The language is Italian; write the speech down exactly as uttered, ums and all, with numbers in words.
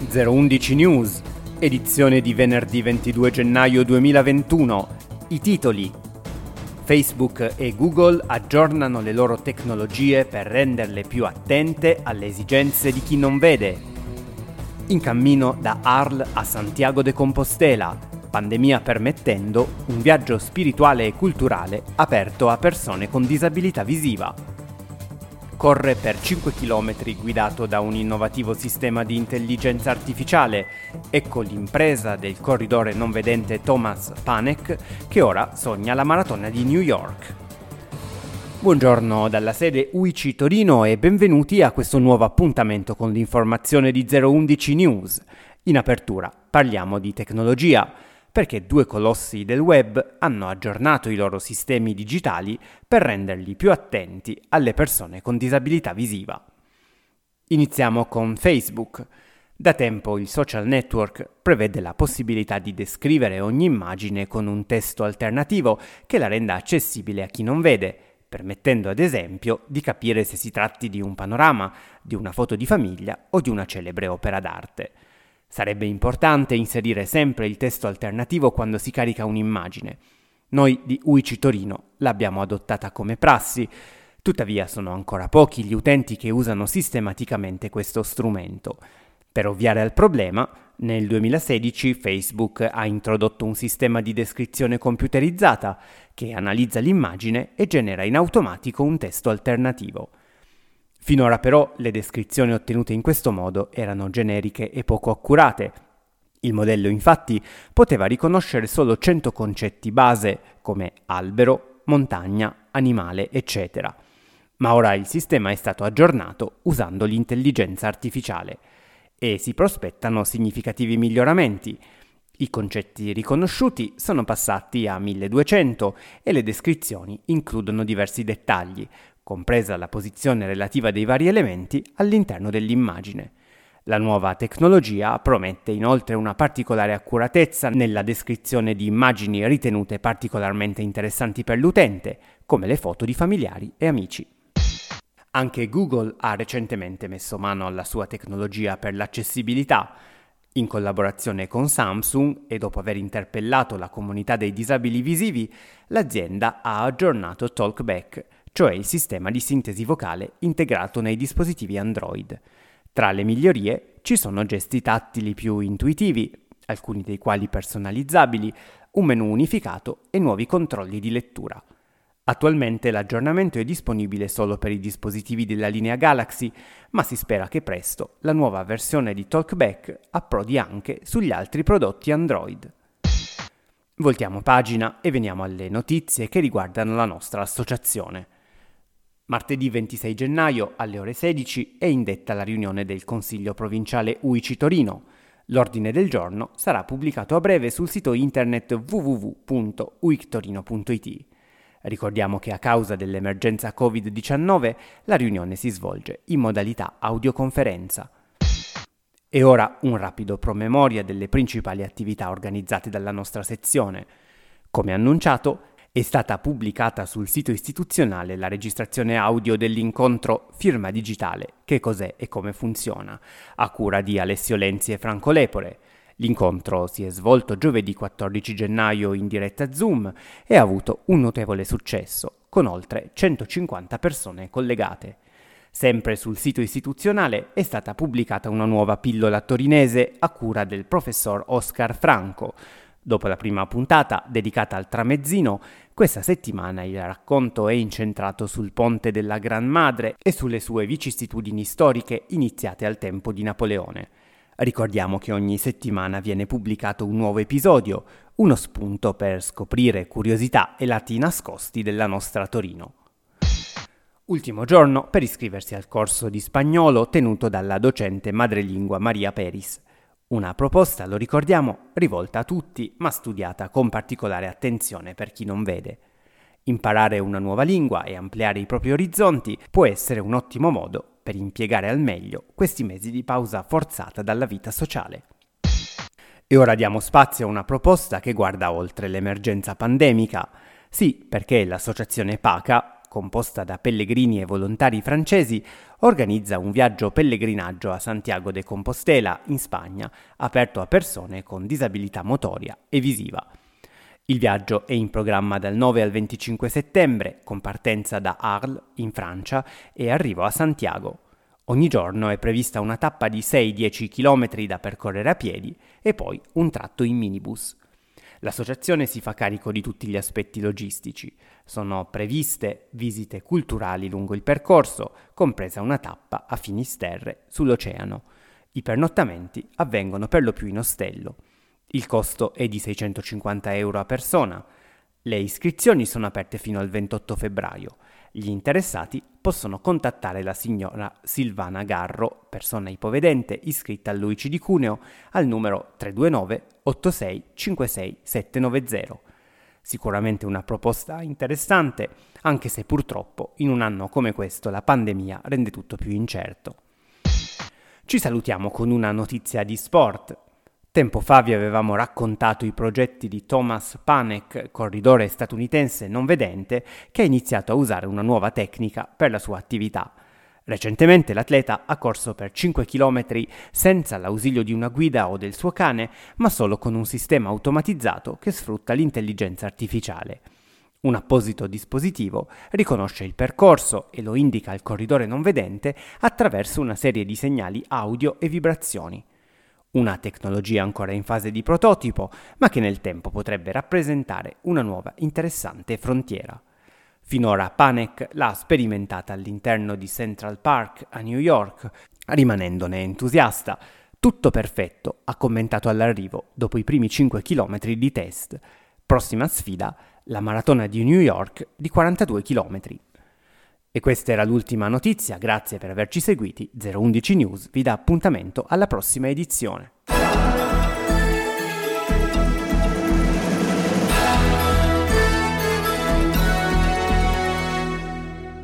zero undici News, edizione di venerdì ventidue gennaio duemilaventuno. I titoli: Facebook e Google aggiornano le loro tecnologie per renderle più attente alle esigenze di chi non vede. In cammino da Arles a Santiago de Compostela, pandemia permettendo, un viaggio spirituale e culturale aperto a persone con disabilità visiva. Corre per cinque chilometri guidato da un innovativo sistema di intelligenza artificiale. Ecco l'impresa del corridore non vedente Thomas Panek, che ora sogna la maratona di New York. Buongiorno dalla sede U I C Torino e benvenuti a questo nuovo appuntamento con l'informazione di zero undici News. In apertura parliamo di tecnologia, perché due colossi del web hanno aggiornato i loro sistemi digitali per renderli più attenti alle persone con disabilità visiva. Iniziamo con Facebook. Da tempo il social network prevede la possibilità di descrivere ogni immagine con un testo alternativo che la renda accessibile a chi non vede, permettendo ad esempio di capire se si tratti di un panorama, di una foto di famiglia o di una celebre opera d'arte. Sarebbe importante inserire sempre il testo alternativo quando si carica un'immagine. Noi di U I C Torino l'abbiamo adottata come prassi, tuttavia sono ancora pochi gli utenti che usano sistematicamente questo strumento. Per ovviare al problema, nel duemilasedici Facebook ha introdotto un sistema di descrizione computerizzata che analizza l'immagine e genera in automatico un testo alternativo. Finora però le descrizioni ottenute in questo modo erano generiche e poco accurate. Il modello infatti poteva riconoscere solo cento concetti base come albero, montagna, animale, eccetera. Ma ora il sistema è stato aggiornato usando l'intelligenza artificiale e si prospettano significativi miglioramenti. I concetti riconosciuti sono passati a milleduecento e le descrizioni includono diversi dettagli, compresa la posizione relativa dei vari elementi all'interno dell'immagine. La nuova tecnologia promette inoltre una particolare accuratezza nella descrizione di immagini ritenute particolarmente interessanti per l'utente, come le foto di familiari e amici. Anche Google ha recentemente messo mano alla sua tecnologia per l'accessibilità. In collaborazione con Samsung e dopo aver interpellato la comunità dei disabili visivi, l'azienda ha aggiornato TalkBack, cioè il sistema di sintesi vocale integrato nei dispositivi Android. Tra le migliorie ci sono gesti tattili più intuitivi, alcuni dei quali personalizzabili, un menu unificato e nuovi controlli di lettura. Attualmente l'aggiornamento è disponibile solo per i dispositivi della linea Galaxy, ma si spera che presto la nuova versione di TalkBack approdi anche sugli altri prodotti Android. Voltiamo pagina e veniamo alle notizie che riguardano la nostra associazione. Martedì ventisei gennaio alle ore sedici è indetta la riunione del Consiglio Provinciale U I C Torino. L'ordine del giorno sarà pubblicato a breve sul sito internet w w w punto u i c torino punto i t. Ricordiamo che a causa dell'emergenza covid diciannove la riunione si svolge in modalità audioconferenza. E ora un rapido promemoria delle principali attività organizzate dalla nostra sezione. Come annunciato, è stata pubblicata sul sito istituzionale la registrazione audio dell'incontro Firma Digitale, che cos'è e come funziona, a cura di Alessio Lenzi e Franco Lepore. L'incontro si è svolto giovedì quattordici gennaio in diretta Zoom e ha avuto un notevole successo, con oltre centocinquanta persone collegate. Sempre sul sito istituzionale è stata pubblicata una nuova pillola torinese a cura del professor Oscar Franco. Dopo la prima puntata, dedicata al tramezzino, questa settimana il racconto è incentrato sul ponte della Gran Madre e sulle sue vicissitudini storiche iniziate al tempo di Napoleone. Ricordiamo che ogni settimana viene pubblicato un nuovo episodio, uno spunto per scoprire curiosità e lati nascosti della nostra Torino. Ultimo giorno per iscriversi al corso di spagnolo tenuto dalla docente madrelingua Maria Peris. Una proposta, lo ricordiamo, rivolta a tutti, ma studiata con particolare attenzione per chi non vede. Imparare una nuova lingua e ampliare i propri orizzonti può essere un ottimo modo per impiegare al meglio questi mesi di pausa forzata dalla vita sociale. E ora diamo spazio a una proposta che guarda oltre l'emergenza pandemica. Sì, perché l'associazione PACA, composta da pellegrini e volontari francesi, organizza un viaggio pellegrinaggio a Santiago de Compostela, in Spagna, aperto a persone con disabilità motoria e visiva. Il viaggio è in programma dal nove al venticinque settembre, con partenza da Arles, in Francia, e arrivo a Santiago. Ogni giorno è prevista una tappa di sei dieci chilometri da percorrere a piedi e poi un tratto in minibus. L'associazione si fa carico di tutti gli aspetti logistici. Sono previste visite culturali lungo il percorso, compresa una tappa a Finisterre sull'oceano. I pernottamenti avvengono per lo più in ostello. Il costo è di seicentocinquanta euro a persona. Le iscrizioni sono aperte fino al ventotto febbraio. Gli interessati possono contattare la signora Silvana Garro, persona ipovedente iscritta all'U I C di Cuneo, al numero tre due nove otto sei cinque sei sette nove zero. Sicuramente una proposta interessante, anche se purtroppo in un anno come questo la pandemia rende tutto più incerto. Ci salutiamo con una notizia di sport. Tempo fa vi avevamo raccontato i progetti di Thomas Panek, corridore statunitense non vedente, che ha iniziato a usare una nuova tecnica per la sua attività. Recentemente l'atleta ha corso per cinque chilometri senza l'ausilio di una guida o del suo cane, ma solo con un sistema automatizzato che sfrutta l'intelligenza artificiale. Un apposito dispositivo riconosce il percorso e lo indica al corridore non vedente attraverso una serie di segnali audio e vibrazioni. Una tecnologia ancora in fase di prototipo, ma che nel tempo potrebbe rappresentare una nuova interessante frontiera. Finora Panek l'ha sperimentata all'interno di Central Park a New York, rimanendone entusiasta. Tutto perfetto, ha commentato all'arrivo dopo i primi cinque chilometri di test. Prossima sfida, la maratona di New York di quarantadue chilometri. E questa era l'ultima notizia, grazie per averci seguiti. zero undici News vi dà appuntamento alla prossima edizione.